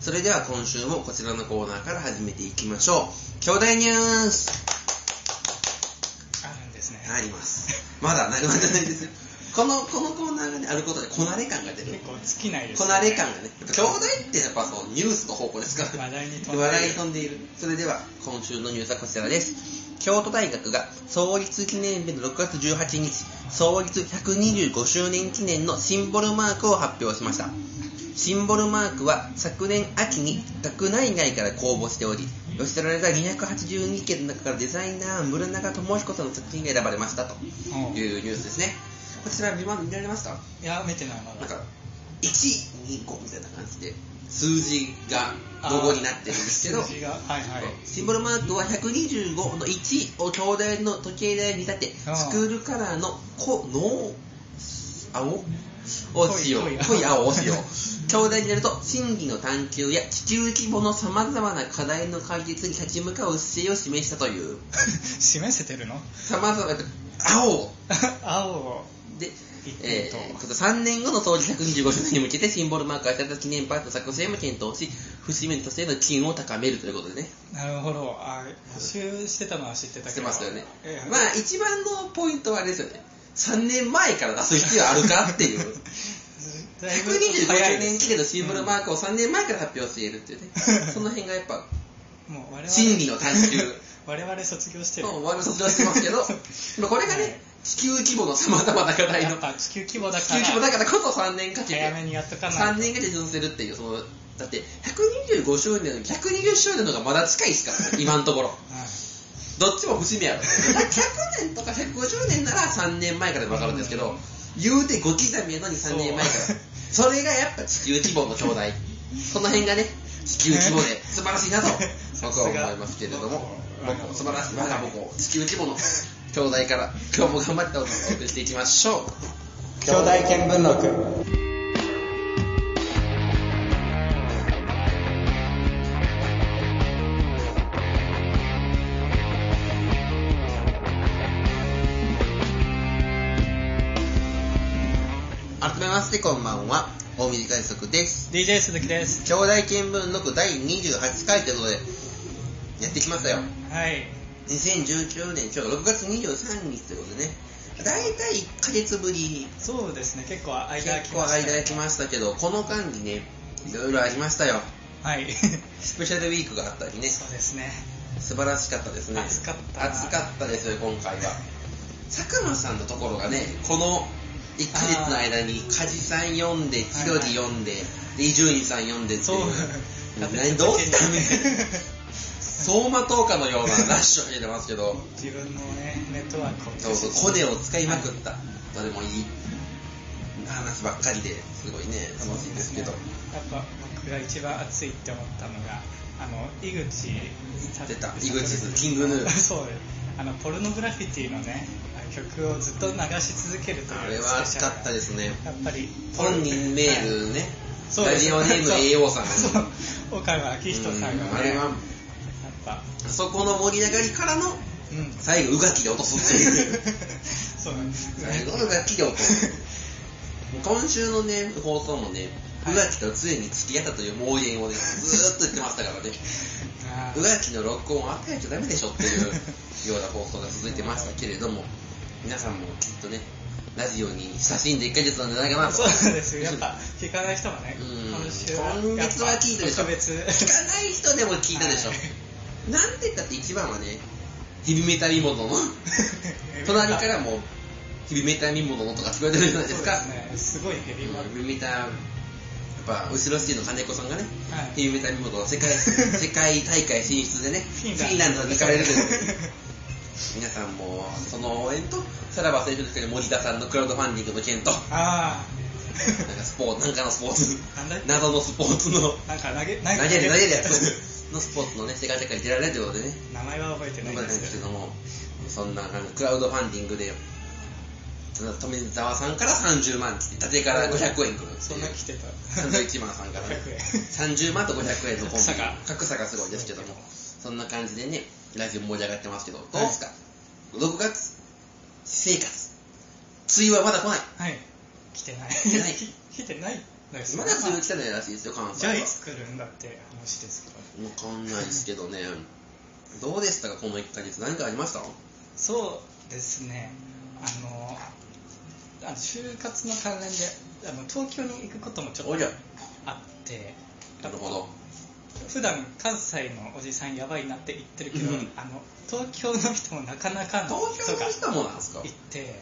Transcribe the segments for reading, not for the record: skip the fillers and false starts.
それでは今週もこちらのコーナーから始めていきましょう。兄弟ニュースあるんですね。 あります。まだなくなってないですよ。このコーナーがね、あることでこなれ感が出る。 結構尽きないですこなれ感がね。兄弟ってやっぱそうニュースの方向ですから。 話題に飛んでいる。それでは今週のニュースはこちらです。京都大学が創立記念日の6月18日、創立125周年記念のシンボルマークを発表しました。シンボルマークは昨年秋に学内外から公募しており、寄せられた282件の中からデザイナー村中智彦さんの作品が選ばれましたというニュースですね。こちら見られました？ いや、見てない。まだなんか1、2、5みたいな感じで数字がロゴになってるんですけど、 数字が、はいはい、 シンボルマークは125の1を兄弟の時計台に立て、スクールカラーの青を使用、濃い青を使用。兄弟になると真偽の探求や地球規模のさまざまな課題の解決に立ち向かう姿勢を示したという示せてるの？ さまざまな青をで、3年後の創立125周年に向けてシンボルマークが当たった記念パートの作成も検討し、節目としての機運を高めるということでね。 なるほど。募集してたのは知ってたけど。 してましたよね。まあ一番のポイントはあれですよね。3年前から出す必要あるかっていう。125周年記念のシンボルマークを3年前から発表しているっていうね。その辺がやっぱ、 もう真理の探求。 我々卒業してる。 我々卒業してますけど、これがね、地球規模のさまざまな課題の。 やっぱ地球規模だからこそ3年かけて。 早めにやっとかないと。 3年かけて実践するっていう、だって125周年の120周年の方がまだ近いですから、今のところ。どっちも節目やろ。100年とか150年なら3年前から分かるんですけど、言うて5刻みやのに3年前から。それがやっぱ地球規模の兄弟。この辺がね、地球規模で素晴らしいなと僕は思いますけれども、素晴らしい我が母校地球規模の兄弟から今日も頑張ってお送りしていきましょう。 兄弟見聞録。 改めましてこんばんは、大水海賊です。 DJ 鈴木です。 兄弟見聞録第28回ということでやってきましたよ。 はい。 2019年今日6月23日ということでね、だいたい1ヶ月ぶり。 そうですね、結構間空きましたけど、この間にね、いろいろありましたよ。 はい。 スペシャルウィークがあったりね。 そうですね。 素晴らしかったですね。 暑かったですよ、今回は。佐久間さんのところがね、この1ヶ月の間に梶さん読んで、千鳥読んで、伊集院さん読んでっていう。どうしたみたいな。走馬灯かのようなラッシュを入れてますけど、 自分のね、ネットワークをコネを使いまくった、どれもいい話ばっかりですごいね、楽しいですけど、 やっぱ僕が一番熱いって思ったのが井口キングヌーそうポルノグラフィティのね曲をずっと流し続けるという。 あれは熱かったですね。 やっぱり本人メールね、ラジオネーム AO さんが岡川明人さんがね、 あれはあそこの盛り上がりからの最後うがきで落とすっていうそうなんです、 最後のうがきで落とす。今週のね放送もね、うがきと常に付き合ったという妄言をねずーっと言ってましたからねうがきの録音を与えちゃダメでしょっていうような放送が続いてましたけれども、皆さんもきっとねラジオに親しんで1ヶ月なんじゃないかなと。 そうですよ、やっぱ聞かない人もね、 今月は聞いたでしょ。聞かない人でも聞いたでしょ。なんて言ったって一番はね、ヘビメタミモノの隣からもヘビメタミモノのとか聞こえてるじゃないですか。 そうですね、すごいヘビメタ、やっぱ後ろシティの金子さんがね、ヘビメタミモノの世界大会進出でね、フィンランドに行かれるということで、皆さんもその応援と、さらば選手ですけど森田さんのクラウドファンディングの件と、なんかなんかのスポーツ、謎のスポーツのなんか投げるやつのスポーツのね、世界大会に出られるということでね、 名前は覚えてないんですけども、そんなクラウドファンディングで富澤さんから30万来て、縦から500円くる。 そんな来てた。 サンドイッチマンさんからね30万と500円のコンビ、格差がすごいですけども、そんな感じでね、ラジオ盛り上がってますけど、どうですか、6月生活、梅雨はまだ来ない。 はい、来てない。来てない。 ですまだ梅雨来てないらしいですよ、関西は。 じゃあいつ来るんだって話ですけど。 わかんないですけどね。どうでしたか、この1ヶ月。何かありました？ そうですね、就活の関連で東京に行くこともちょっとあって、 なるほど。 普段関西のおじさんやばいなって言ってるけど、東京の人もなかなかの人がいて、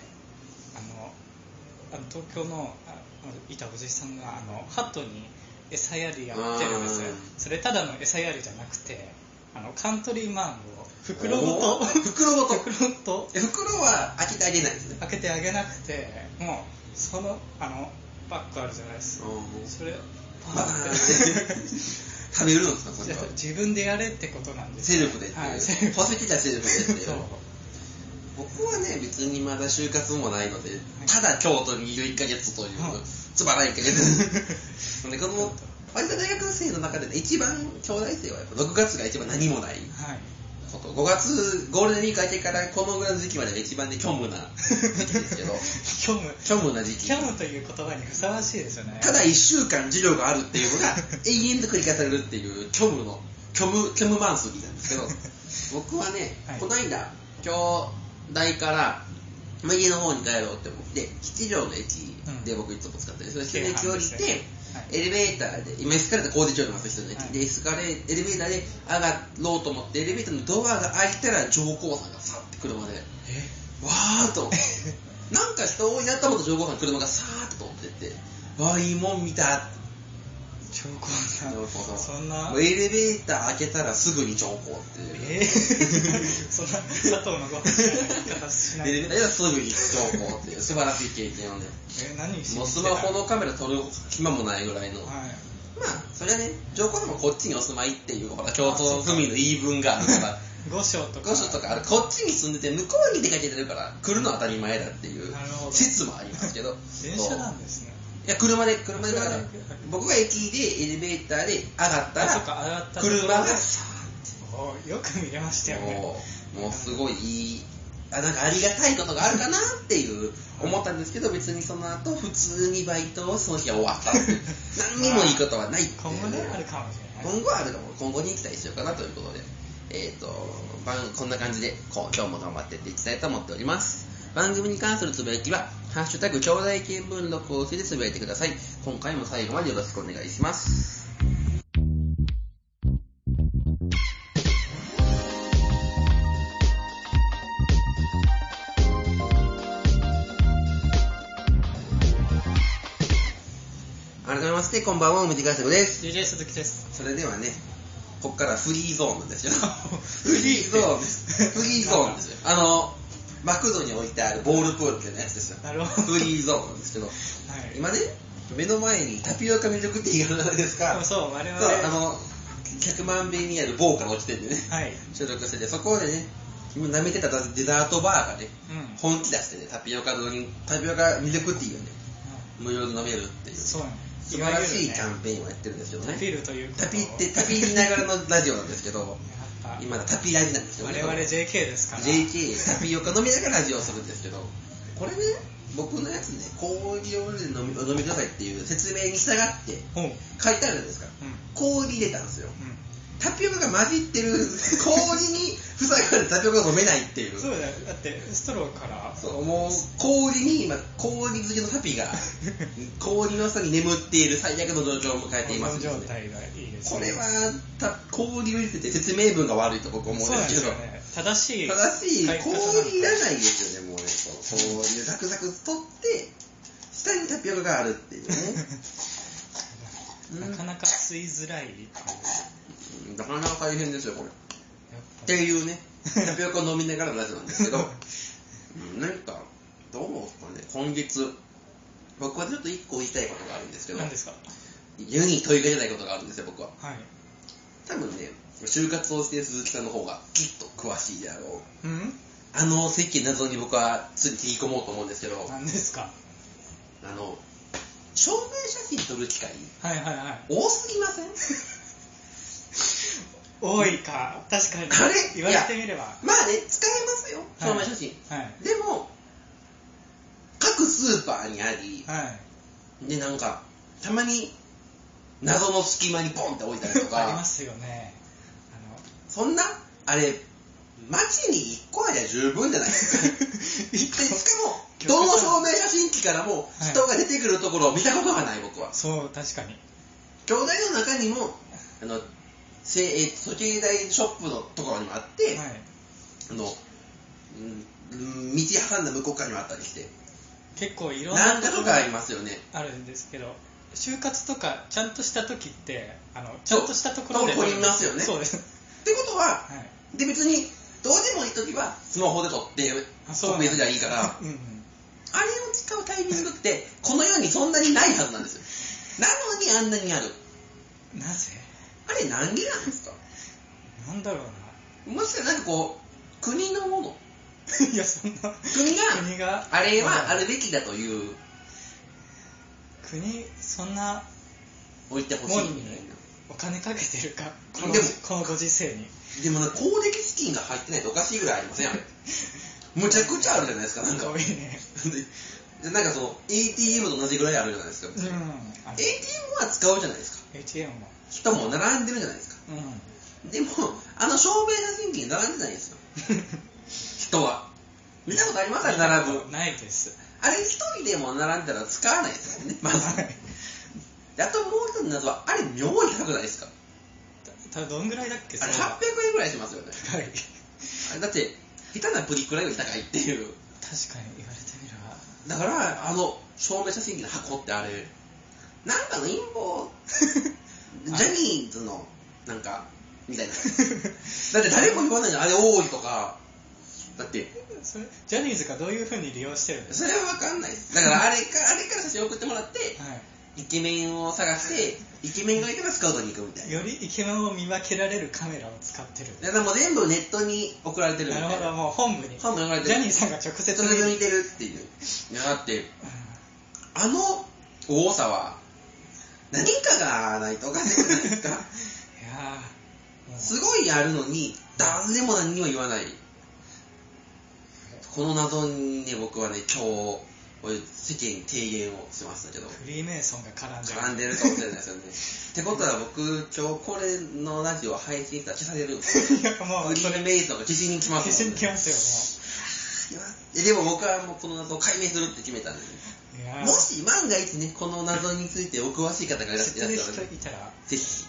東京のいたおじさんがハトに餌やりやってるんですよ。それただの餌やりじゃなくて、カントリーマームを袋ごと袋は開けてあげないですね。 開けてあげなくて、もうそのバッグあるじゃないですか、それパーって食べるんですか、それは。 自分でやれってことなんです。 セルフでっていう。 はい、 セルフでっていう。僕はね、別にまだ就活もないので、ただ京都にいる1ヶ月という、つまらない1ヶ月でこの割と大学生の中で、ね、一番兄弟生はやっぱ6月が一番何もないこと、5月ゴールデンウィーク明けからこのぐらいの時期までが一番ね、虚無な時期ですけど虚無な時期、 虚無という言葉にふさわしいですよね。 ただ1週間授業があるっていうのが永遠と繰り返されるっていう虚無マンスリーなんですけど、僕はね、この間京大から家の方に帰ろうって思って、吉祥の駅で僕いつも使ってる、それで駅降りて、エレベーターで、今エスカレーター工事中にいます、人の駅で、エレベーターで上がろうと思って、エレベーターのドアが開いたら上皇さんがさって車でわーっとなんか人多いなと思った上皇さんの車がさーっと通ってって、わーいいもん見た。 上皇さん、そんなエレベーター開けたらすぐに上皇っていう、 そんな佐藤のご飯みたいな言い方しない。 エレベーターですぐに上皇っていう素晴らしい経験をね、もうスマホのカメラ撮る暇もないぐらいの、まあそれはね、上皇さんもこっちにお住まいっていう、ほら京都府民の言い分があるから御所とかある、こっちに住んでて向こうに出かけてるから来るのは当たり前だっていう説もありますけど、 電車なんですね。 いや、車でだから、僕が駅でエレベーターで上がったら車がさーってよく見れましたよね。 もうすごいいい、なんかありがたいことがあるかなっていう思ったんですけど、別にその後普通にバイトをその日は終わった何にもいいことはないっていう。 今後ね、あるかもしれない。 今後はあるかも。今後に期待しようかなということで、こんな感じで今日も頑張っていきたいと思っております。番組に関するつぶやきはハッシュタグ兄弟見聞録をつけてつぶやいてください。今回も最後までよろしくお願いします。改めましてこんばんは、おみてかせこです。 DJ 鈴木です。 それではね、ここからフリーゾーンなんですよフリーゾーンですよ。マクドに置いてあるボールプールみたいなやつですよ。 なるほど。 フリーゾーンなんですけど、今ね、目の前にタピオカミルクティーがあるじゃないですか。 そう、我々 100万遍にある棒から落ちててね、収録してて、そこでね、今舐めてたデザートバーがね、本気出してね、タピオカミルクティーをね、無料で飲めるっていう、素晴らしいキャンペーンをやってるんですけどね。 タピるというタピりながらのラジオなんですけど、今タピラジなんですけど、 我々 JK ですから JK タピオカ飲みながらラジオをするんですけど、これね、僕のやつね、氷を飲みくださいっていう説明に従って書いてあるじゃないですか。氷入れたんですよ。タピオカが混じってる氷に塞がれてタピオカが飲めないっていう。 そうだよ、だってストローからもう氷に今氷漬けのタピが氷の下に眠っている最悪の状況を迎えています、 状態がいいです、 これは氷を入れてて説明文が悪いと僕思うんですけど、 そうなんですよね、正しい氷いらないですよね。もうね、氷でザクザク取って下にタピオカがあるっていうねなかなか吸いづらいなかなか大変ですよこれっていうね、タピオカを飲みながらのラジオなんですけど何かどうですかね、今月僕はちょっと1個言いたいことがあるんですけど、 何ですか？ 世に問いかけたいことがあるんですよ僕は。多分ね、就活をしている鈴木さんの方がきっと詳しいであろう、設計謎に僕は次切り込もうと思うんですけど、 何ですか？ 証明写真撮る機会、多すぎません？ 多いか、確かに。 あれ言われてみれば。 まあね、使えますよ、証明写真。でも、各スーパーにあり、で、なんか、 たまに謎の隙間にポンって置いたりとかありますよね。 そんなあれ街に1個ありゃ十分じゃないですかでしかもどの証明写真機からも人が出てくるところを見たことがない、僕は。 そう、確かに。 兄弟の中にも時計台ショップのところにもあって、 はい、 道挟んだ向こう側にもあったりして、 結構いろんな何かとかありますよね。 あるんですけど、就活とかちゃんとした時ってちゃんとしたところで撮りますよね。 そうです。 ってことは、 はい、 で別にどうでもいい時はスマホで撮ってコピーすりゃいいから、 うんうん、 あれを使うタイミングってこの世にそんなにないはずなんですよ。なのにあんなにある。 なぜ？ あれ何気なんですか？ なんだろうな。 もしかしたらなんかこう国のものいや、そんな国があれはあるべきだというそんな置いてほしいみたいなお金かけてるか、このご時世に。 でも公的資金が入ってないとおかしいぐらいありません？あれむちゃくちゃあるじゃないですか。なんか多いね。 でなんかその ATM と同じぐらいあるじゃないですか。ATM は使うじゃないですか。 ATM も人も並んでるじゃないですか、でも証明写真機に並んでないんですよ人は。見たことあります？並ぶ。 ないです。 あれ一人でも並んだら使わないですもんね、まず。あともう一つの謎は、あれ妙に高くないですか？ どんぐらいだっけ？ あれ800円ぐらいしますよね。 はい。 だって下手なプリクラより高いっていう。 確かに言われてみれば。 だから証明写真機の箱ってあれなんかの陰謀ジャニーズのなんかみたいな。だって誰も言わないのあれ多いとか。だってそれジャニーズがどういう風に利用してるんですか？ それは分かんないです。だからあれから写真送ってもらって、はい、イケメンを探してイケメンがいたらスカウトに行くみたいな。 よりイケメンを見分けられるカメラを使ってる。 だからもう全部ネットに送られてるみたいな。 なるほど、もう本部に送られてる。 ジャニーさんが直接見てるっていう。いやだって、あの多さは何かがないとおかしくないですか？いやすごいあるのに誰も何にも言わない。この謎にね、僕はね、今日世間に提言をしましたけど、 フリーメイソンが絡んでるかもしれないですよね。ってことは僕今日これのラジオ配信したら消されるんですよ。 いやもうフリーメイソンが消しに来ますもんね。消しに来ますよね。でも僕はもうこの謎を解明するって決めたんで、ね、もし万が一ね、この謎についてお詳しい方がいらっしゃったら、ね、ぜひ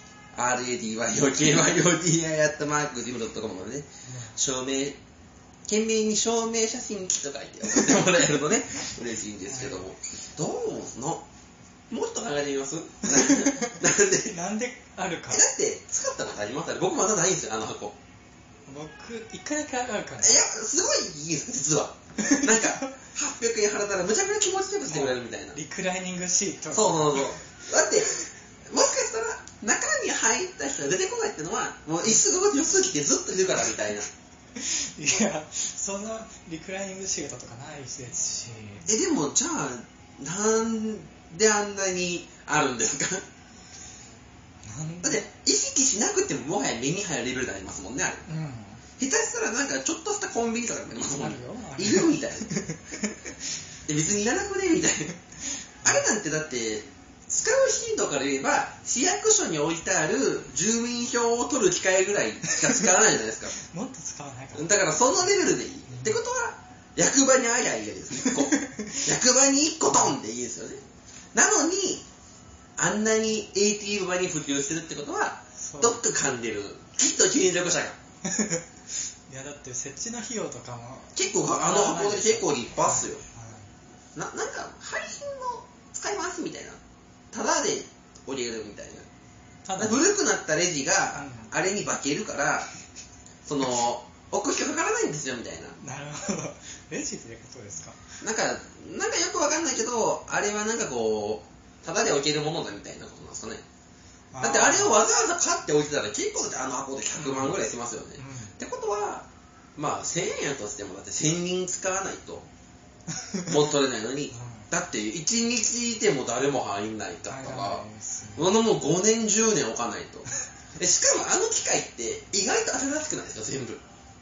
RADYOKYODI@gmail.com のね、証明懸命に証明写真機とか言って送ってもらえるとね嬉しいんですけども、どうのもっと考えてみます？ なんであるか。 だって使ったことあります？僕まだないんですよ、あの箱。 僕1回だけあるから。いやすごいいいです実は。なんか800円払ったらむちゃくちゃ気持ちよくしてくれるみたいな。 リクライニングシート。 そうだってもしかしたら中に入った人が出てこないってのはもう椅子が良すぎてずっといるからみたいな。 いや、そんなリクライニングシートとかないですし。 でもじゃあなんであんなにあるんですか？だって意識しなくてももはや目に入るレベルでありますもんね、あれ。下手したらなんかちょっとしたコンビニとかでもありますもんね。いるみたいな。別にいらなくねみたいな。あれなんてだって使う頻度から言えば市役所に置いてある住民票を取る機械ぐらいしか使わないじゃないですか。 もっと使わないから。だからそのレベルでいい。ってことは役場にありゃいいです1個。役場に1個ドンっていいですよね。なのにあんなに ATM 場に普及してるってことはどっか噛んでる。きっと権力者が。 いやだって設置の費用とかも結構あの箱で結構立派っすよ。なんか配信の使いますみたいな。ただで降りるみたいな。古くなったレジがあれに化けるから、その置く必要かからないんですよみたいな。なるほど。レジってことですか？ なんかよくわかんないけど、あれはなんかこうただで置けるものだみたいなことなんですかね。だってあれをわざわざ買って置いてたら結構あの箱で100万ぐらいしますよね。ってことはまあ1000円やとしてもだって1000人使わないともう取れないのに。だって1日でも誰も入んないだったら、もう5年10年置かないと。しかもあの機械って意外と新しくないですか全部。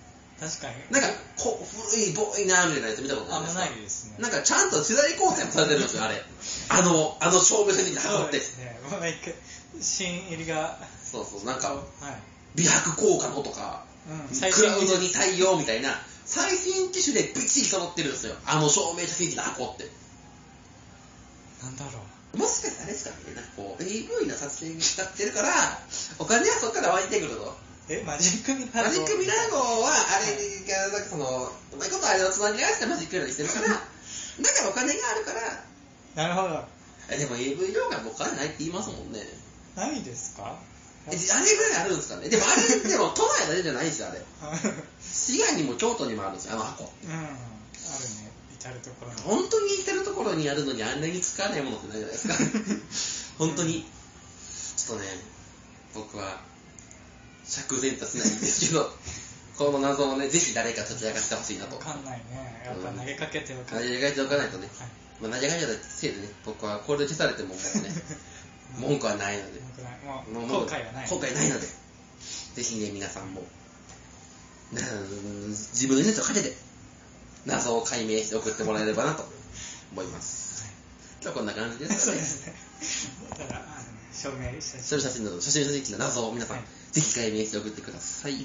確かに。 なんか古いボーイなみたいなやつ見たことないですか？ あんまないですね。 なんかちゃんと世代交代もされてるんですよ、あれ。あの照明線にそう測って。 ですね。もうなんか新入りが。 そうそう、なんか、 はい。 美白効果のとか、クラウドに対応みたいな、最新機種でびっちり揃ってるんですよ。あの照明写真機の箱って。 なんだろう。 もしかしてあれですかね、なんかこう、AV の撮影に使ってるから、お金はそこから湧いてくると。 マジックミラー号。 マジックミラー号は、あれが、なんかその、うまいことあれをつなぎ合わせてマジックミラーにしてるから、だからお金があるから、 なるほど。 でも AV 業界もお金ないって言いますもんね。 ないですか？ あれぐらいあるんですかね。でもあれ、でも都内だけじゃないんですよ、あれ。滋賀にも京都にもあるんですよ、あの箱。 あるね。至るところに。 本当に至るところにあるのにあんなに使わないものってないじゃないですか。本当に。ちょっとね、僕は、釈然としないんですけど、この謎をね、ぜひ誰か解き明かしてほしいなと。 わかんないね。やっぱ投げかけておかない。投げかけておかないとね。まあ、投げかけたせいでね、僕はこれで消されてももうね、文句はないので。 もう後悔はない。 後悔ないので、ぜひね、皆さんも、自分の命をかけて、謎を解明して送ってもらえればなと思います。今日はこんな感じですかね。 そうですね。ただ、証明写真機の謎を皆さん、ぜひ解明して送ってください。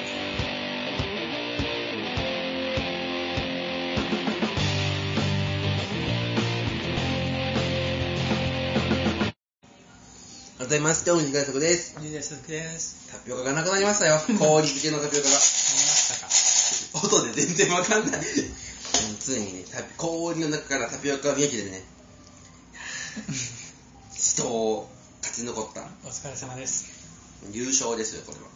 改めまして、大西外食です。タピオカがなくなりましたよ。氷漬けのタピオカが。なりましたか。音で全然わかんない。常にね、氷の中からタピオカが見えてね、人を勝ち残った。 お疲れ様です。 優勝ですよ、これは。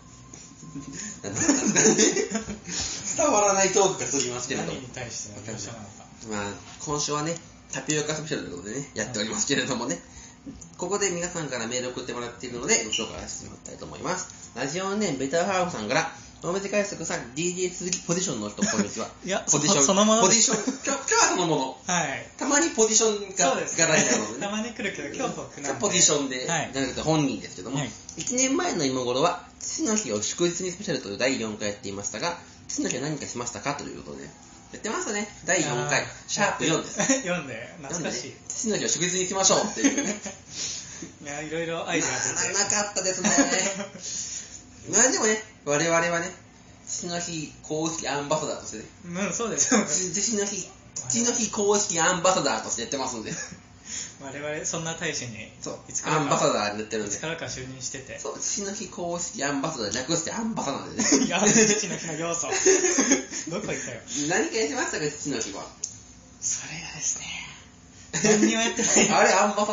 伝わらないトークが過ぎますけれど。 何に対しての優勝なのか。 まあ、今週はね、タピオカスペシャルということでね、やっておりますけれどもね。ここで皆さんからメールを送ってもらっているので、ご紹介してもらいたいと思います。ラジオネームベターハーフさんから、大水海賊さん、DJ 鈴木ポジションの人、こんにちは。 いや、 ポジション、 そのものポジション、今日はそのもの。 はい。 たまにポジションが大事なので、ね。 たまに来るけど、今日僕なんで。 ポジションで、 はい、 じゃなくて本人ですけども、はい、1年前の今頃は、父の日を祝日にスペシャルという第4回やっていましたが、父の日は何かしましたかということで、やってましたね。第4回、シャープ4です。 4で、懐かしい。 父の日を祝日に行きましょうっていうね。 いや、いろいろアイデア出てなかったですね。まあでもね、我々はね、父の日公式アンバサダーとしてね。 うん、そうですよ。 父の日公式アンバサダーとしてやってますんで。 我々、そんな大使に、 アンバサダーになってるんで。 いつからか就任してて。 そう、父の日公式アンバサダー略してアンバサダーでね。 いや、父の日の要素。どこ行ったよ。 何かやしましたか、父の日は。 それがですね。何にもやってない。 あれ、アンバサ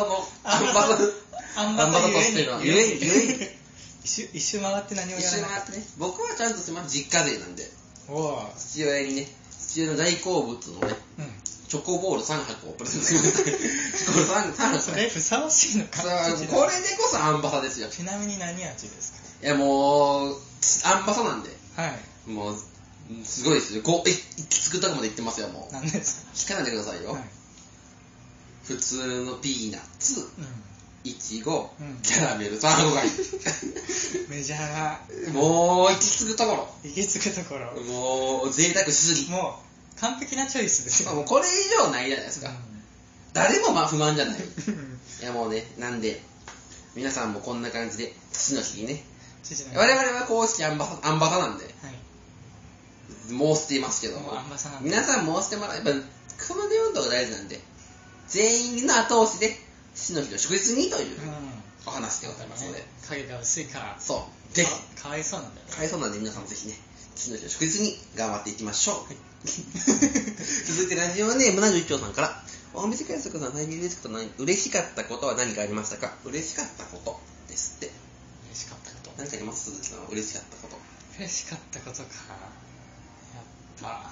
としての、ゆえに。 一周回って何もやらない。 一周回ってね。僕はちゃんとしてます。実家勢なんで。父親にね、父親の大好物のね、チョコボール3箱をプレゼントしました。3箱。 それふさわしいのか。 これでこそアンバサですよ。 ちなみに何味ですか？ いやもう、アンバサなんで。 はい。 もう、すごいですよ。行き着くとこまで行ってますよ、もう。 何ですか？ 聞かないでくださいよ。普通のピーナッツ、いちご、キャラメル、3個がいい。 メジャーな。 もう行き着くところ。 行き着くところ。 もう贅沢しすぎ。 もう完璧なチョイスですよ。 もうこれ以上ないじゃないですか。誰もまあ不満じゃない。いやもうね、なんで、皆さんもこんな感じで、父の日にね、我々は公式アンバサなんで、申していますけども、皆さん申してもらえば、クマデ運動が大事なんで、全員の後押しで、父の日を祝日にというお話でございますので。 影が薄いから。 そう。ぜひ。 かわいそうなんだよね。 かわいそうなんで、皆さんぜひね、父の日を祝日に頑張っていきましょう。続いてラジオネームなじゅ一丁さんから、大水海賊さん、最近嬉しかったことは何かありましたか？嬉しかったことですって。 嬉しかったこと。 何かあります？鈴木さんは嬉しかったこと。 嬉しかったことか。やっぱ、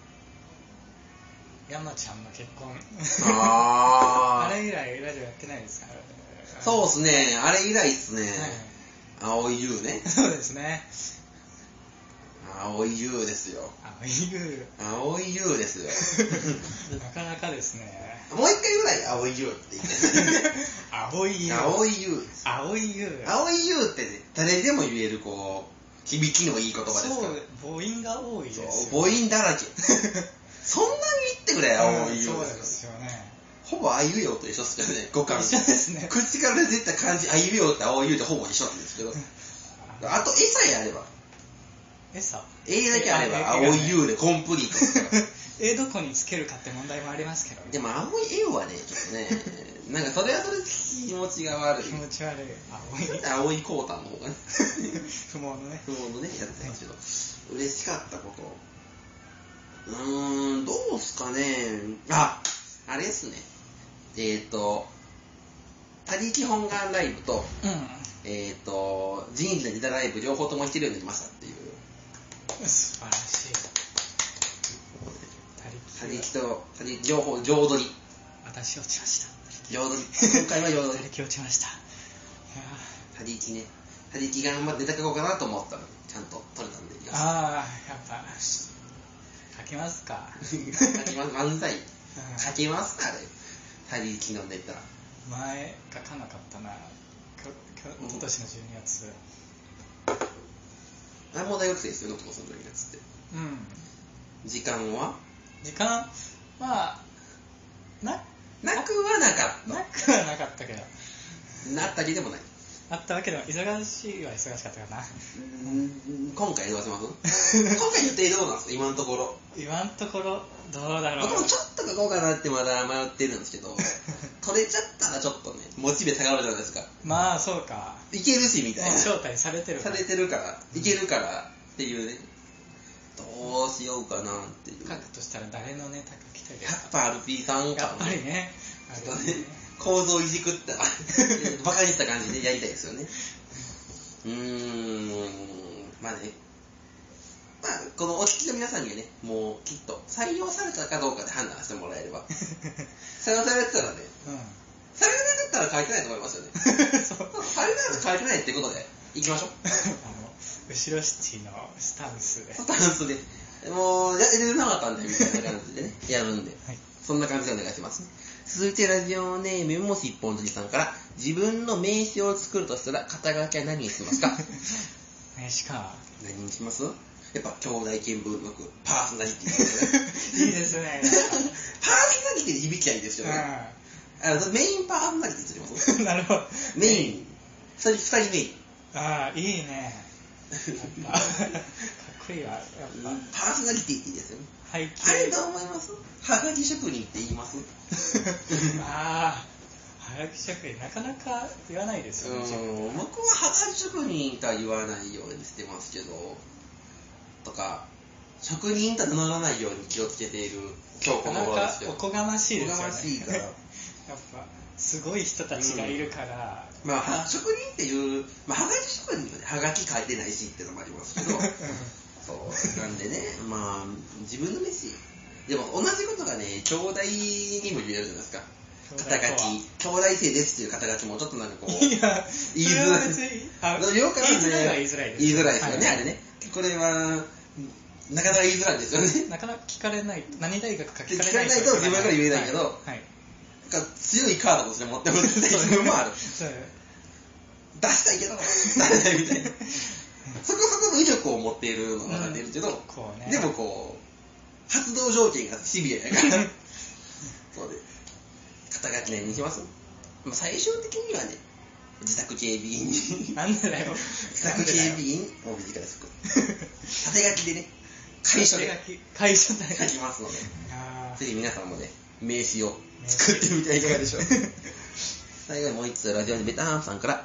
山ちゃんの結婚。あれ以来ラジオやってないですから。 そうですね、あれ以来っすね。青い優ね。 そうですね。 青い優ですよ。青い優ですよ。 なかなかですね。 もう一回ぐらい青い優って言って。 青い優。 青い優。 青い優。 青い優って誰でも言えるこう響きのいい言葉ですから。 そう、母音が多いですよ、ね。 そう、母音だらけ。そんなに言ってくれ、青いよ。 そうですよね。 ほぼあいうえおと一緒ですよね、五感。 一緒ですね。 口から出た漢字、あいうえおって青いよってほぼ一緒なんですけど。あと、えさえあれば。 餌だけあれば、青いゆうでコンプリートですから。 どこにつけるかって問題もありますけどね。 でも、青いえはね、ちょっとね、なんかそれはそれで気持ちが悪い。 気持ち悪い。 青いコータンの方がね。 不毛のね。 不毛のね、やってますけど。嬉しかったこと。どうすかね。あれですね。他力本願ライブと、神社ネタライブ両方とも弾けるようになりましたっていう。 素晴らしい。 他力両方、浄土り。 私落ちました。 浄土り。今回は浄土り。 他力落ちました。 他力ね。他力頑張ってネタ書こうかなと思ったのに、ちゃんと取れたんで。 やっぱ、書きますか。 書きます、漫才。書きますかね。他力のネタ。 前書かなかったな。今年の12月。 もう大学生ですよね、お父さんの12月って。時間はまあ、なくはなかったけど。 なったりでもない。 あったわけでも、忙しかったかな。 今回どうします今回予定どうなんですか、今のところ。 今のところ、どうだろう。 僕もちょっと書こうかなってまだ迷ってるんですけど、取れちゃったらちょっとね、モチベ下がるじゃないですか。 まあ、そうか。 いけるし、みたいな。 招待されてるから。いけるからっていうね。どうしようかなっていう。 書くとしたら誰のネタ書きたいですか。 やっぱアルピーさんか。 やっぱりね。 ちょっとね、構造いじくったバカにした感じでやりたいですよね。まあね、このお聞きの皆さんにはね、もうきっと採用されたかどうかで判断してもらえれば。採用されてたらね、採用なかったら書いてないと思いますよね。採用なかったら書いてないってことでいきましょう。 後ろシティのスタンスで。 もうやれなかったんだよみたいな感じでね、やるんで、そんな感じでお願いしますね。続いてラジオネームもし一本釣りさんから、自分の名刺を作るとしたら肩書きは何にしますか？ 名刺か。 何にします？やっぱ兄弟見聞録パーソナリティ。 いいですね。 パーソナリティで響きゃいいですよね。メインパーソナリティって言ってます。 なるほど。 メイン。二人メイン。 いいね。かっこいいわ。やっぱパーソナリティいいですよね。あれどう思います？はがき職人って言います？ はがき職人なかなか言わないですよね。 僕ははがき職人とは言わないようにしてますけど、とか職人と名乗らないように気をつけている今日この頃ですよ。 おこがましいですよね。 おこがましいからやっぱすごい人たちがいるから、 職人っていう、はがき職人はね、はがき書いてないしっていうのもありますけどそうなんでね、自分の飯でも同じことがね、兄弟にも言えるじゃないですか。肩書き、兄弟生ですっていう肩書きもちょっとなんかこう言いづらい。言いづらいですよね、あれね。これはなかなか言いづらいですよね。 なかなか聞かれない。何大学か聞かれない。 聞かれないと自分から言えないけど、強いカードとして持ってもらって自分もある。出したいけど出せないみたいな。そこそこの威力を持っているのが分かっているけど、でもこう発動条件がシビアやからそうで肩書き何にします？最終的にはね、自宅警備員になんでだよ。 自宅警備員を短いです縦書きでね、会社で書きますので、ぜひ皆さんもね、名刺を作ってみてはいかがでしょう。最後にもう一つラジオでベターンさんから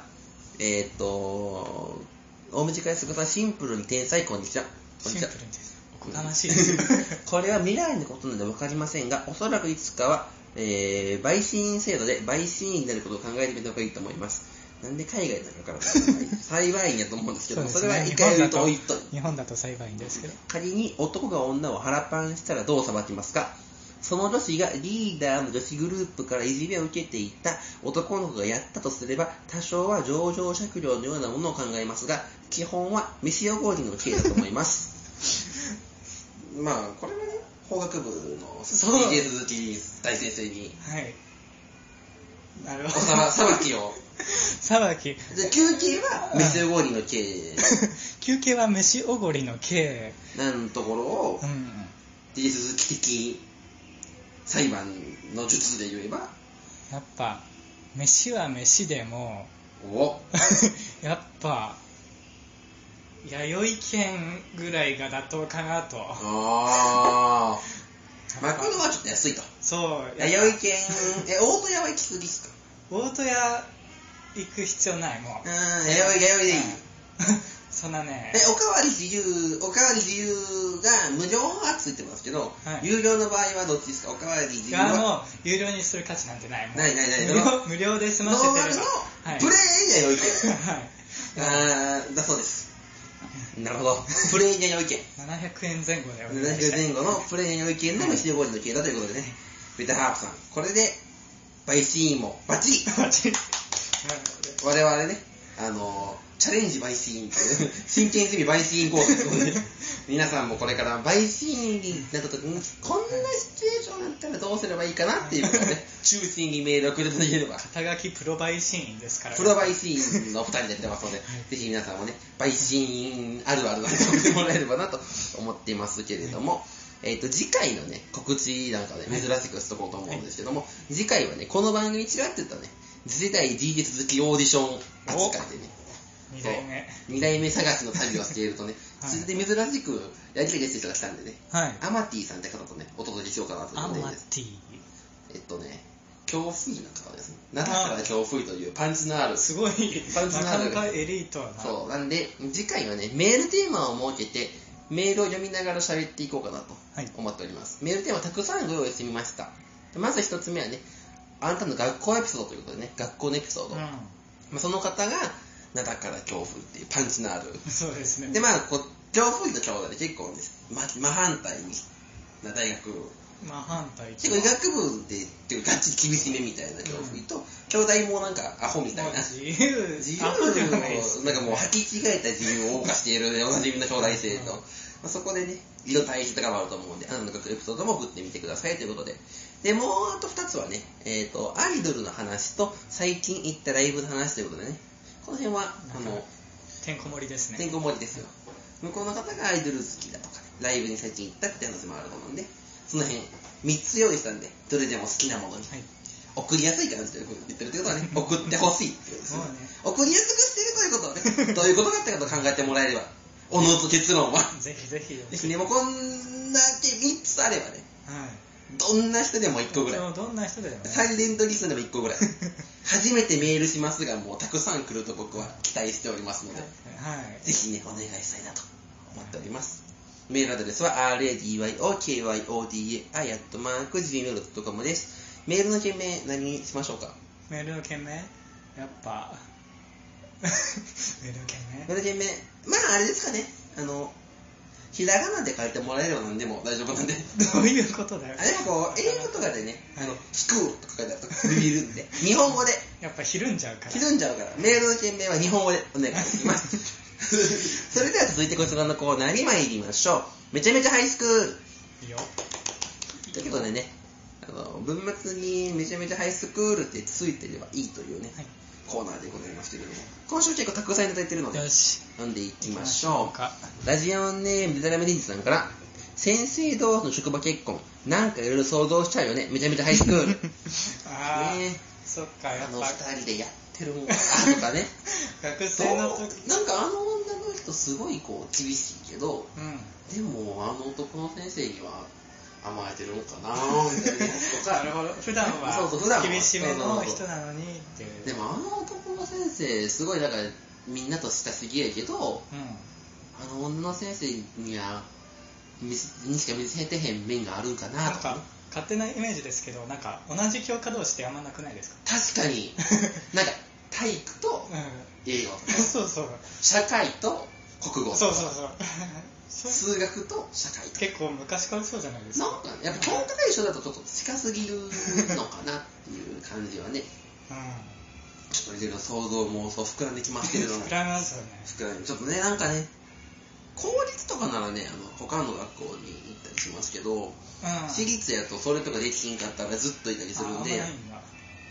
大短い姿シンプルに天才こんにちは。 シンプルにおこがましいですこれは未来のことなので分かりませんが、おそらくいつかは、陪審員制度で陪審員になることを考えてみた方がいいと思います。なんで海外なのか分からない。裁判員やと思うんですけど、それは一回言うと置いと日本だと裁判員ですけど、 仮に男が女を腹パンしたらどう裁きますか？その女子がリーダーの女子グループからいじめを受けていた男の子がやったとすれば、多少は情状酌量のようなものを考えますが、基本は未使用合理の刑だと思います。これはね、法学部の鈴木大先生に、 なるほど。 裁きを騒ぎ。 で休憩は飯おごりの刑休憩は飯おごりの刑なんところを、手続き的裁判の術で言えば、 やっぱ飯は飯でもやっぱ弥生県ぐらいが妥当かなと。 ああマクドはちょっと安いと。 そう弥生県大戸屋は行き過ぎっすか。 大戸屋行く必要ない。もう弥生でいい、 そんなね。 おかわり自由が無料はついてますけど、 はい、 有料の場合はどっちですか。おかわり自由はもう有料にする価値なんてない。もうない無料で済ませてれば。 ノーマルのプレーン弥生県、はい、だそうです。なるほど。プレーン弥生県 700円前後でお願いしたい。700円前後のプレーン弥生県の飯おごりの刑だということでね、ベタハープさん、これで陪審員もバッチリ我々ね、チャレンジ陪審員という真剣済み陪審員コースということで、皆さんもこれから陪審員になった時にこんなシチュエーションだったらどうすればいいかなっていうことをね、中心にメールをくれていただければ。 肩書きプロ陪審員ですから、 プロ陪審員の2人でやってますので、ぜひ皆さんもね、陪審員あるあるなんて送ってもらえればなと思っていますけれども、次回のね、告知なんかね、珍しくしとこうと思うんですけども、次回はね、この番組ちらって言ったね、次世代 DJ 続きオーディション扱いでね、2代目探しの旅をしているとね、それで珍しくやりたいです人が来たんでね、アマティさんって方とね、お届けしようかなと思っているんです。恐怖医の方ですね。中から恐怖医というパンチのある、 すごいパンチのある、なかなかエリートな。 そうなんで、次回はね、メールテーマを設けてメールを読みながら喋っていこうかなと思っております。メールテーマたくさんご用意してみました。まず一つ目はね、あなたの学校エピソードということでね、学校のエピソード、その方が名だから恐怖っていうパンチのある。 そうですね。 で恐怖医の兄弟で結構ね、真反対な大学、 真反対結構医学部でっていうガチ厳しめみたいな恐怖医と、兄弟もなんかアホみたいな自由なんかもう履き違えた自由を謳歌している、ね、おなじみの兄弟生と、そこでね、色対比とかもあると思うんで、あなたの学エピソードも送ってみてくださいということで。で、もうあと2つはね、アイドルの話と最近行ったライブの話ということでね、この辺はてんこ盛りですね。 てんこ盛りですよ。向こうの方がアイドル好きだとか、ライブに最近行ったって話もあると思うんで、その辺3つ用意したんで、どれでも好きなものに、送りやすい感じで言ってるということはね、送ってほしいっていうことですね。送りやすくしているということはね、どういうことかってことを考えてもらえれば、おのずと結論はぜひぜひですね。もうこんだけ3つあればね、どんな人でも1個ぐらい、 どんな人でも、 サイレントリスナーでも1個ぐらい初めてメールしますが、もうたくさん来ると僕は期待しておりますので、ぜひね、お願いしたいなと思っております。メールアドレスは radyokyodai@gmail.com です。メールの件名何にしましょうか。 メールの件名やっぱメールの件名まああれですかね、ひらがなで書いてもらえれば何でも大丈夫なんで。 どういうことだよ。 でもこう英語とかでね、スクールとか書いてあるとビビるんで、日本語でやっぱひるんじゃうからメールの件名は日本語でお願いしますそれでは続いてこちらのコーナーに参りましょう。めちゃめちゃハイスクールいいよ。ということでね、文末にめちゃめちゃハイスクールってついてればいいというね、コーナーでございますけれども、今週結構たくさんいただいてるので読んでいきましょう。ラジオネームデタラメリンジさんから、先生同士の職場結婚なんかいろいろ想像しちゃうよね、めちゃめちゃハイスクールね、 そっか、やっぱ 2人でやってるもんかとかね学生の時なんか女の人すごいこう厳しいけど、でも男の先生には甘えてるのかなみたいなとかなるほど、普段は厳しめの人なのにっていう。 でも男の先生すごいだからみんなと親しげやけど、女の先生にしか見せてへん面があるんかなとか、ね、 勝手なイメージですけど、なんか同じ教科同士ってあんまなくないですか。 確かになんか体育と英語とか、社会と国語とか、数学と社会とか、 結構昔からそうじゃないですか。 なんかやっぱ教科が一緒だとちょっと近すぎるのかなっていう感じはね、ちょっといろいろ想像もそう膨らんできますけれども膨らみますよね。 ちょっとね、なんかね、公立とかならね、他の学校に行ったりしますけど、私立やとそれとかできひんかったらずっといたりするんで、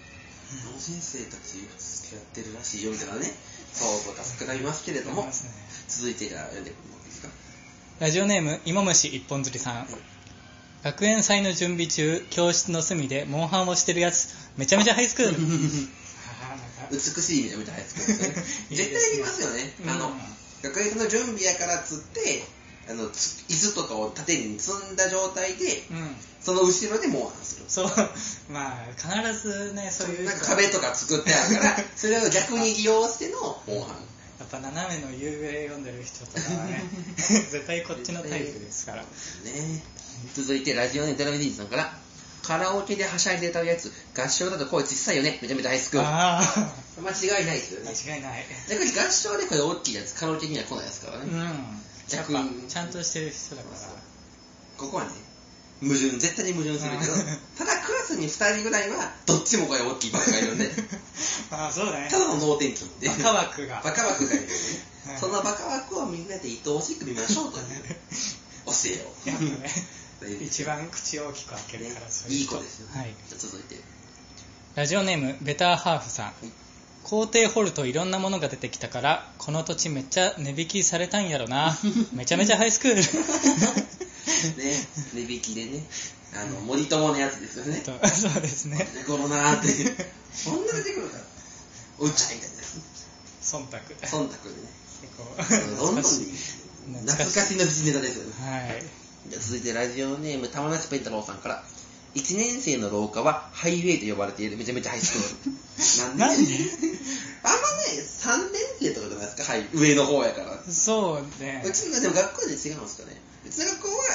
の先生たち付き合ってるらしいよみたいなね、そうとか膨らみますけれども、続いてじゃあ読んでくるのですか。 ラジオネーム芋虫一本釣りさん、学園祭の準備中、教室の隅でモンハンをしてるやつ、めちゃめちゃハイスクール美しいめちゃめちゃハイスクールですね。絶対見ますよね。学園祭の準備やからっつって椅子とかを縦に積んだ状態で、その後ろでモンハンする。 そう、まあ必ずね、そういうなんか壁とか作ってあるからそれを逆に利用してのモンハン。 やっぱ斜めの夕暮れ読んでる人とかはね絶対こっちのタイプですからね。 続いてラジオネームドラミディーズさんから、カラオケではしゃいで歌うやつ、合唱だと声小さいよね、めちゃめちゃハイスクール。間違いないですよね。 間違いない。 逆に合唱で声大きいやつ、カラオケには来ないですからね。 逆にちゃんとしてる人だから。 ここはね、絶対に矛盾するけど、ただクラスに2人ぐらいはどっちも声大きいバカがいるんでそうだね、 ただの脳天気ってバカ枠がいるんでねそのバカ枠をみんなで愛おしく見ましょうという教えをやっぱね一番口を大きく開けるから、そういういい子ですよ、じゃあ続いてラジオネームベターハーフさん、校庭掘るといろんなものが出てきたから、この土地めっちゃ値引きされたんやろなめちゃめちゃハイスクールね、値引きでね、森友のやつですよね。 そうですね。 このなーって、そんな出てくるから、お茶みたいなやつ。忖度でね。どんどん懐かしの時事ネタですよね。じゃあ続いてラジオネーム玉梨ペン太郎さんから、1年生の廊下はハイウェイと呼ばれている、めちゃめちゃハイスクール。なんであんまね、3年生とかじゃないですか、上の方やから。 そうね。 うちのでも学校で違うんですかね。うちの学校は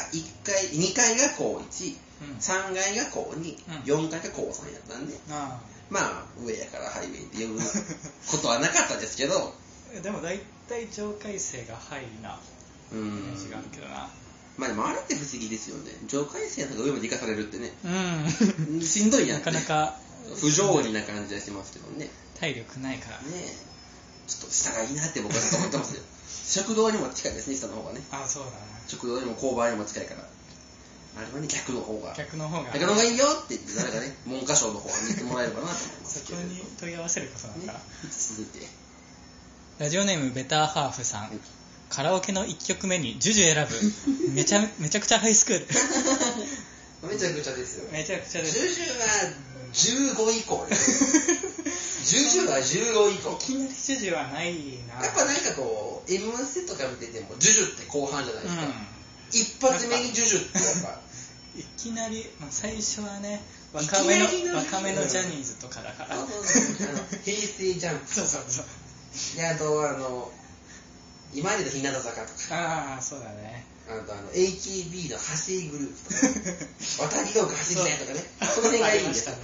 2階が高1、3階が高2、4階が高3やったんで、まあ上やからハイウェイって呼ぶことはなかったですけど、 でも大体上階生がハイなイメージがあるけどな。 まあでもあれって不思議ですよね。上階生の方が上まで行かされるってね、しんどいやん、ね、 なかなか不条理な感じはしますけどね。 体力ないからね。ちょっと下がいいなって僕はずっと思ってますよ食堂にも近いですね、下の方がね。 そうだね。 食堂にも交番にも近いから、あれはね、逆の方がいいよって言って、誰かね、文科省の方に言ってもらえればなと思いますけど。 そこに問い合わせることなんだから、 続いてラジオネームベターハーフさん、カラオケの1曲目にジュジュ選ぶめちゃくちゃハイスクールめちゃくちゃですよ。 めちゃくちゃです。 ジュジュは15以降ジュジュは15以降。 いきなりジュジュはないな。 やっぱなんかこう M ステとか見ててもジュジュって後半じゃないですか、一発目にジュジュってやっぱいきなり、最初はね、若めのジャニーズとかだから平成ジャンプそうで、あと今までの日向坂とか、 そうだね。 あとAKB の走りグループとか渡り廊下走りたいとかね、その辺がいいんですよ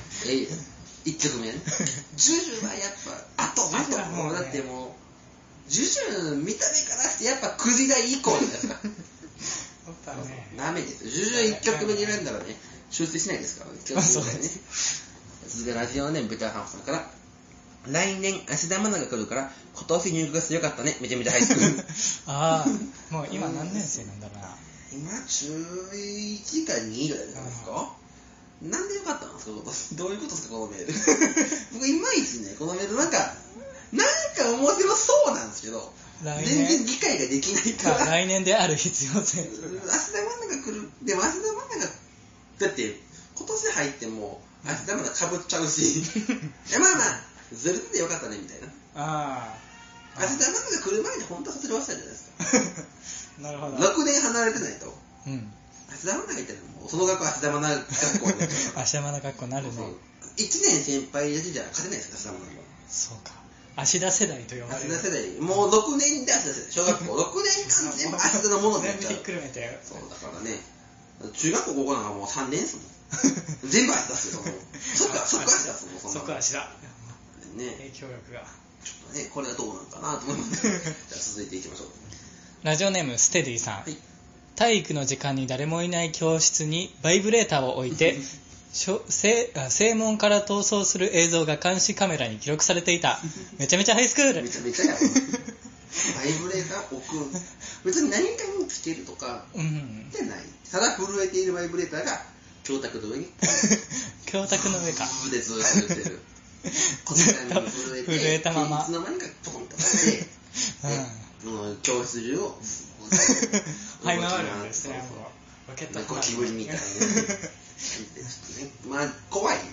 1曲目ねジュジュはやっぱあともうだってもうジュジュ見た目からしてやっぱ9時台以降じゃないですかダメですよ。ジュジュ1曲目に選んだらね、修正しないですからね。続いてラジオネームベターハンさんから、来年芦田愛菜が来るから今年入学してよかったね、めちゃめちゃハイスクールもう今何年生なんだろうな。 今中1か2ぐらいじゃないですか。なんでよかったんですか、どういうことですかこのメール僕いまいちね、このメールなんか面白そうなんですけど、全然理解ができないから、 来年である必要性。 芦田愛菜が来る。でも芦田愛菜がだって今年入っても芦田愛菜かぶっちゃうしまあずれててよかったねみたいな。芦田愛菜が来る前に本当は卒業したんじゃないですかなるほど。 6年離れてないと、芦田愛菜がいたらもうその学校は芦田愛菜学校になっちゃう芦田愛菜学校になるね。 1年先輩じゃ勝てないですか、芦田愛菜は。 そうか、芦田世代と呼ばれる。 芦田世代、もう6年で芦田世代、小学校6年間全部芦田のものになっちゃう。 全部ひっくるめて。 そうだからね、中学校高校なんかもう3年ですもん全部芦田っすよ。そっか芦田っすもん。 そっか芦田ね、 影響力がちょっとね、これはどうなんかなと思いますじゃあ続いていきましょう。 ラジオネームステディさん、体育の時間に誰もいない教室にバイブレーターを置いて正門から逃走する映像が監視カメラに記録されていた。めちゃめちゃハイスクール。 めちゃめちゃやバイブレーター置く、別に何かにつけるとかじゃない、ただ震えているバイブレーターが教卓の上に教卓の上かでずっと言ってる小手さんに震えてたままいつの間にかポコンと落ちて、教室中をはい回るんですね。ロケットゴキブリみたいなちょっとね、まあ怖い。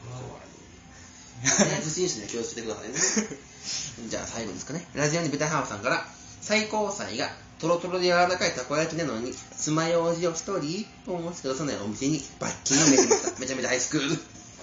不審者には気をつけてくださいね。じゃあ最後ですかね。ラジオにベタハーフさんから、最高裁がトロトロで柔らかいたこ焼きなのに爪楊枝を一人一本もしか出さないお店に罰金を命じました。めちゃめちゃハイスクール。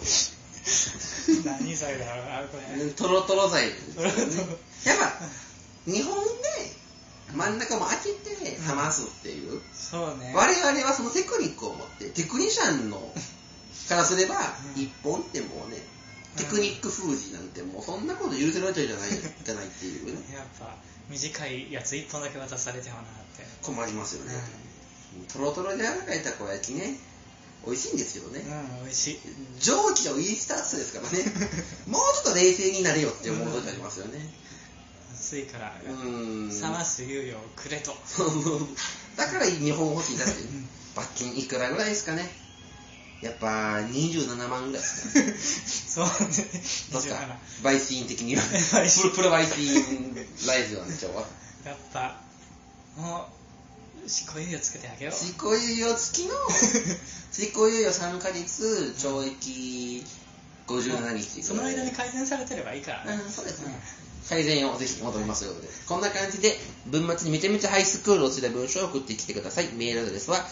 何罪だろうなこれ。 トロトロ罪ですよね。やっぱ日本で真ん中も開けて冷ますっていう、 そうね。 我々はそのテクニックを持ってテクニシャンのからすれば一本ってもうね、テクニック封じなんてもうそんなこと許せられちゃうじゃないっていうね。 やっぱ短いやつ一本だけ渡されてもなって困りますよね。トロトロで柔らかいたこ焼きね、美味しいんですけどね。 美味しい。 蒸気を入れした暑さですからね。もうちょっと冷静になれよって思う時ありますよね。 暑いから冷ます猶予をくれと。 だから日本欲しいだって、罰金いくらぐらいですかね。やっぱ27万ぐらいですかね。 そうね。 どうですか、陪審的には。プロ陪審ライズなんでしょう。 やっぱもう執行猶予つけてあげよう。 執行猶予付きの執行猶予3ヶ月懲役57日。 その間に改善されてればいいからね。 そうですね。改善をぜひ求めますので、こんな感じで文末にめちゃめちゃハイスクールをついた文章を送ってきてください。メールアドレスは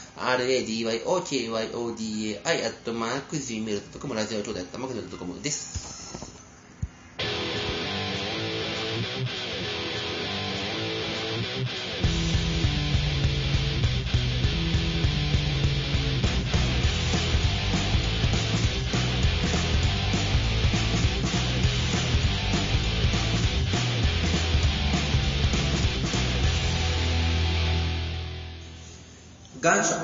radyokyodai@gmail.com ラジオ兄弟@gmail.com です。願書、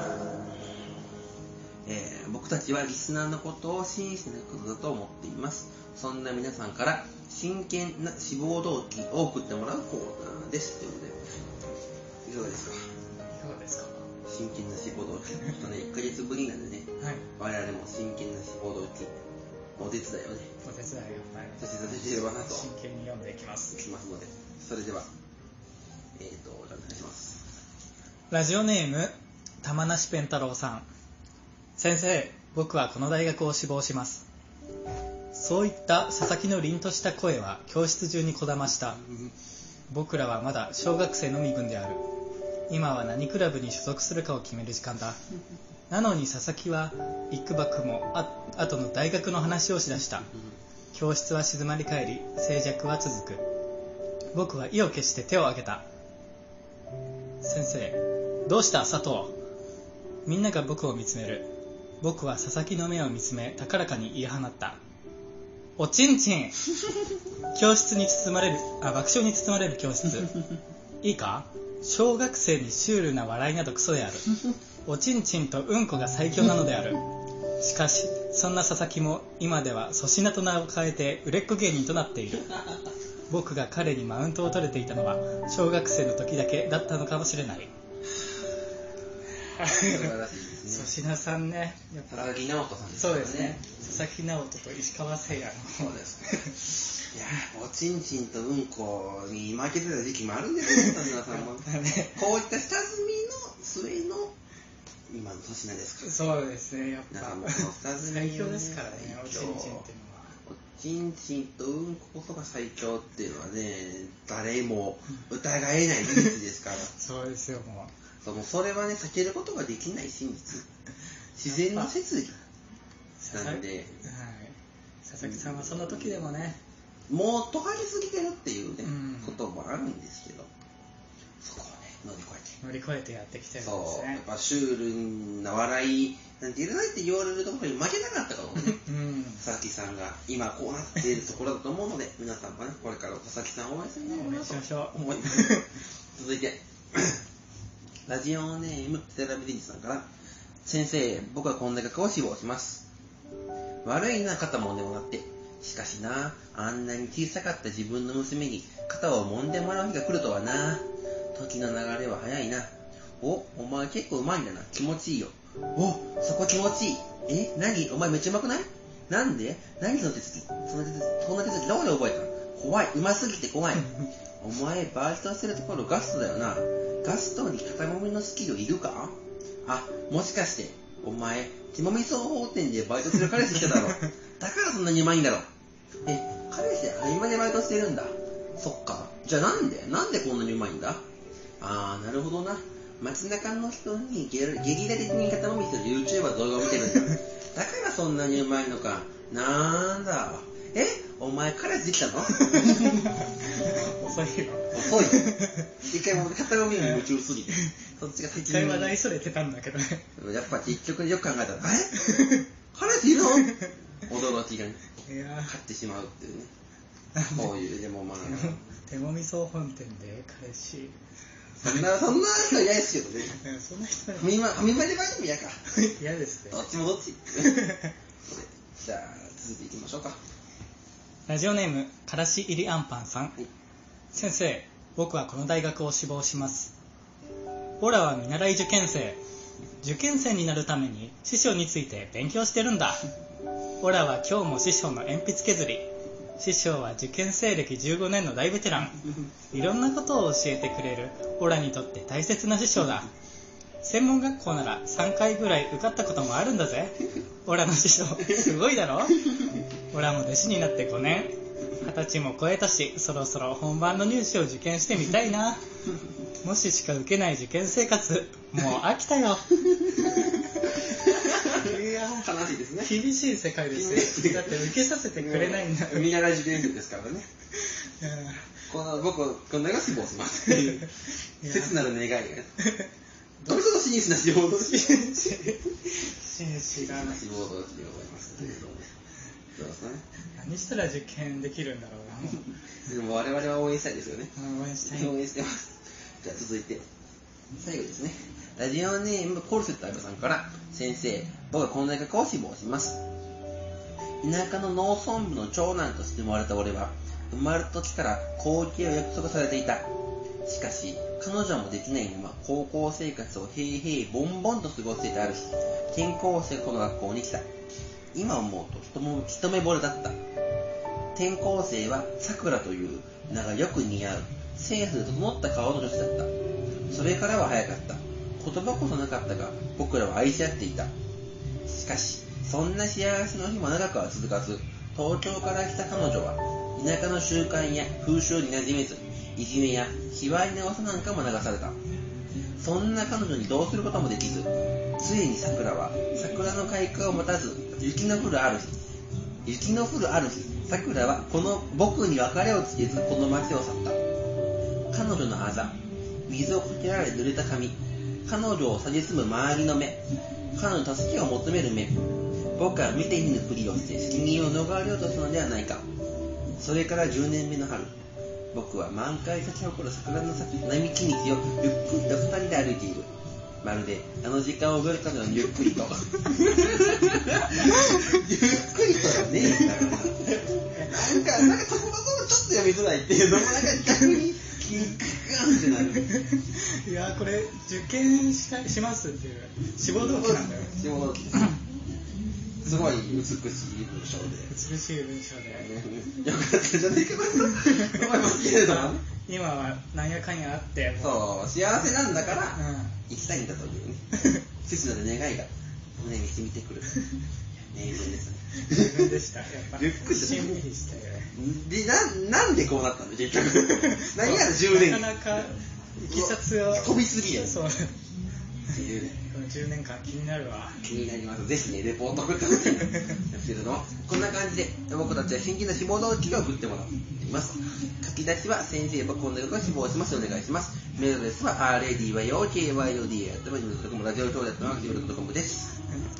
僕たちはリスナーのことを真摯なことだと思っています。そんな皆さんから真剣な志望動機を送ってもらうコーナーです。ということで、いかがですか？ いかがですか？ 真剣な志望動機。ちょっとね、1ヶ月ぶりなんでね、はい、我々も真剣な志望動機、お手伝いをね、 お手伝いを、はい、 させていただければなと。 真剣に読んでいきます。 ので、それでは、お願いします。 ラジオネーム、玉梨ペン太郎さん。先生、僕はこの大学を志望します。そういった佐々木の凛とした声は教室中にこだました。僕らはまだ小学生の身分である。今は何クラブに所属するかを決める時間だ。なのに佐々木は幾ばくも後の大学の話をしだした。教室は静まり返り、静寂は続く。僕は意を決して手を挙げた。先生、どうした佐藤？みんなが僕を見つめる。僕は佐々木の目を見つめ、高らかに言い放った。おちんちん教室に包まれる、爆笑に包まれる教室。いいか？小学生にシュールな笑いなどクソである。おちんちんとうんこが最強なのである。しかし、そんな佐々木も今では粗品と名を変えて売れっ子芸人となっている。僕が彼にマウントを取れていたのは小学生の時だけだったのかもしれない。 素晴らしいですね。 粗品さんね、 佐々木直人さんですね。 そうですね。佐々木直人と石川誠也の。 そうですね。いやー、おちんちんとうんこに負けてた時期もあるんじゃないですか、皆さんも。こういった下積みの末の今の粗品ですから。 そうですね、やっぱ。最強ですからね、おちんちんっていうのは。 おちんちんとうんここそが最強っていうのはね、誰も疑えない事実ですから。 そうですよ、もう。 それはね、避けることができない真実。自然の摂理なんで、はい、 佐々木さんはその時でもね、 もう尖りすぎてるっていうね、こともあるんですけど、そこをね、乗り越えてやってきてるんですね。 そう、やっぱシュールな笑いなんていらないって言われるところに負けなかったかもね、佐々木さんが今こうなっているところだと思うので、皆さんもね、これから佐々木さんを応援するのと思います。続いてラジオネームセラビリンジさんから、先生、僕はこの大学を志望します。悪いな、肩もんでもらって。しかしな、あんなに小さかった自分の娘に肩を揉んでもらう日が来るとはな。時の流れは早いな。お前結構うまいんだな。気持ちいいよ。お、そこ気持ちいい。何？お前めっちゃうまくない？ なんで？何その手つき？そんな手つきどこで覚えたの？怖い。うますぎて怖い。お前、バイトしてるところガストだよな。ガストに肩もみのスキルいるか？あ、もしかして、お前、手もみ総合店でバイトする彼氏来ただろ。だからそんなにうまいんだろ。彼氏は合間でバイトしてるんだ。そっか。じゃあなんでこんなにうまいんだ？なるほどな。街中の人にゲリラ的に肩もみする YouTuber 動画を見てるんだ。だからそんなにうまいのか。なんだ。お前彼氏できたの？ 遅いよ。 遅い。一回も肩もみに夢中すぎて。そっちが先に。 一回話題それてたんだけどね。 やっぱ結局よく考えたら、彼氏いるの？驚きがね。勝ってしまうっていうね。こういう、でもまあ。 手もみ総本店で彼氏。 そんな人嫌ですけどね。 そんな人ファミマでバイトも嫌か。 嫌ですね。 どっちもどっち。じゃあ、続いていきましょうか。 ラジオネーム、からし入りあんぱんさん。はい、先生、僕はこの大学を志望します。オラは見習い受験生。受験生になるために師匠について勉強してるんだ。オラは今日も師匠の鉛筆削り。師匠は受験生歴15年の大ベテラン。いろんなことを教えてくれるオラにとって大切な師匠だ。専門学校なら3回ぐらい受かったこともあるんだぜ。オラの師匠、すごいだろ。オラも弟子になって5年。20歳も超えたし、そろそろ本番の入試を受験してみたいな。もししか受けない受験生活、もう飽きたよ。 いや悲しいですね。 厳しい世界ですよ。だって受けさせてくれないんだ。 見習い受験生ですからね。僕はこのが志望します。切なる願いが。どうぞ真摯な志望動機。真摯だな。 志望動機でございます。そうですね。 何したら受験できるんだろうな。 でも我々は応援したいですよね。 応援したい。 応援してます。じゃあ続いて最後ですね。ラジオネームコルセットアイバさんから、先生、僕はこの大学を志望します。田舎の農村部の長男として生まれた俺は、生まれた時から後継を約束されていた。しかし、彼女もできないまま高校生活を平々ボンボンと過ごしていたある日、転校生がこの学校に来た。今思うと一目惚れだった。転校生はさくらという名がよく似合う清楚で整った顔の女子だった。それからは早かった。言葉こそなかったが、僕らは愛し合っていた。しかし、そんな幸せの日も長くは続かず、東京から来た彼女は、田舎の習慣や風習に馴染めず、いじめや卑猥な噂なんかも流された。そんな彼女にどうすることもできず、ついに桜は桜の開花を待たず、雪の降るある日、桜はこの僕に別れを告げずこの街を去った。彼女のあざ、水をかけられ濡れた髪、彼女を蔑む周りの目、彼女の助けを求める目、僕は見て見ぬふりをして責任を逃れようとしたのではないか。それから10年目の春、僕は満開咲き誇る桜の並木道をゆっくりと2人で歩いている。まるであの時間を覚えるかのようにゆっくりとゆっくりとだね。なんかそこがちょっと読みづらいっていうのもなんか逆にキックンってなる。 いやこれ受験しますっていう志望動機なんだよ。 志望動機すごい美しい文章で。 美しい文章で。 よかったじゃねえかなと思いますけれどもね。 今はなんやかんやあって。 そう、幸せなんだから、行きたいんだというね。切なる願いが胸に染みてくる。名言ですね。 名言でした。やっぱり。 しんみりしたよ。 で、なんでこうなったの結局。何やら10年。 なかなか、いきさつを。 飛びすぎや。 そう。 っていうね。 この10年間気になるわ。 気になります。ぜひね、レポート送ってほしいんですけれども、こんな感じで僕たちは真剣な志望動機を送ってもらっています。書き出しは先生僕こんなことを志望しますお願いします。メールアドレスは radyokyod@gmail.com ラジオ兄弟@gmail.com です。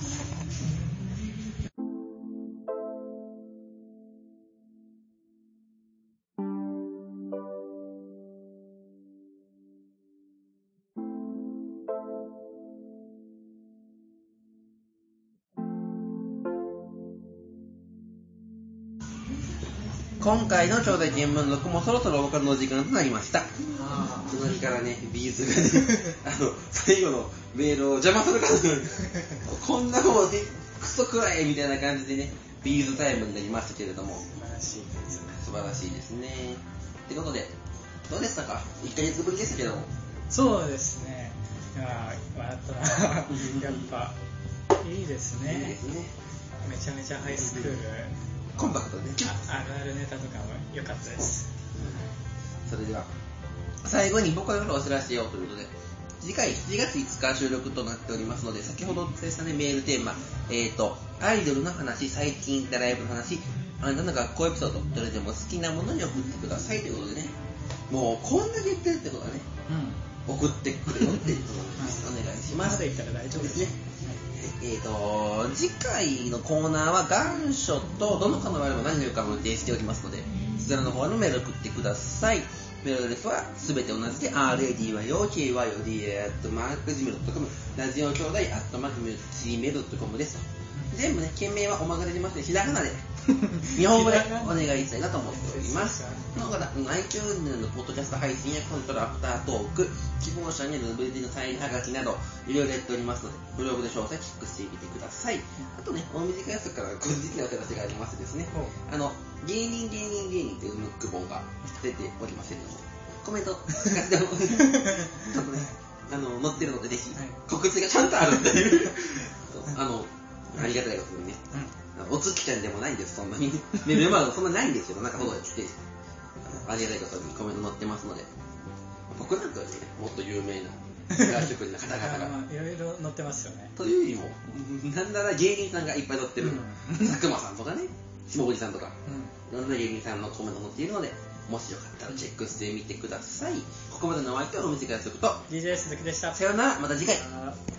今回のちょうだい見聞録もそろそろお別れの時間となりました。隣からね、ビーズがね、最後のメールを邪魔するからこんなもんクソくらえみたいな感じでね、 ビーズタイムになりましたけれども、 素晴らしいです。 素晴らしいですね。ということで、どうでしたか？ 1 ヶ月ぶりでしたけども。 そうですね。いや笑ったな。やっぱいいですね。 いいですね。 めちゃめちゃハイスクール、 コンパクトでね。 あるあるネタとかも良かったです。 それでは最後に僕からお知らせをということで、次回7月5日収録となっておりますので、先ほどお伝えしたねメールテーマ、アイドルの話、最近行ったライブの話、あなたの学校エピソード、どれでも好きなものに送ってくださいということでね、もうこんだけ言ってるってことはね、送ってくれよっていうことです。お願いします。 まだ言ったら大丈夫ですね。 次回のコーナーは願書とどの科のあれば何を言うかも予定しておりますので、そちらの方のメールを送ってください。メールアドレスはすべて同じで radyokyod@gmail.com ラジオ兄弟@gmail.com です。全部ね、件名はお任せしますね。ひらがなで日本語でお願いしたいなと思っております。この方、iTunes のポッドキャスト配信やコントロールアフタートーク、希望者に DVD のサインはがきなどいろいろやっておりますので、ブログで詳細チェックしてみてください。あとね、大短いやつから個人的なお知らせがありましてですね、芸人というムック本が出ておりませんので、コメント聞かせてもちょっとね、載ってるのでぜひ、告知がちゃんとあるっていうありがたいことにね、お月ちゃんでもないんです、そんなにメールはそんなないんですけど、なんか届いてありがたいことにコメント載ってますので、僕なんかよりね、もっと有名な外職人の方々がいろいろ載ってますよね。 というよりも、なんなら芸人さんがいっぱい載ってる、佐久間さんとかね、下堀さんとか、いろんな芸人さんのコメント載っているので、もしよかったらチェックしてみてください。ここまでのお相手はお店からすると DJ 鈴木でした。 さようなら、また次回。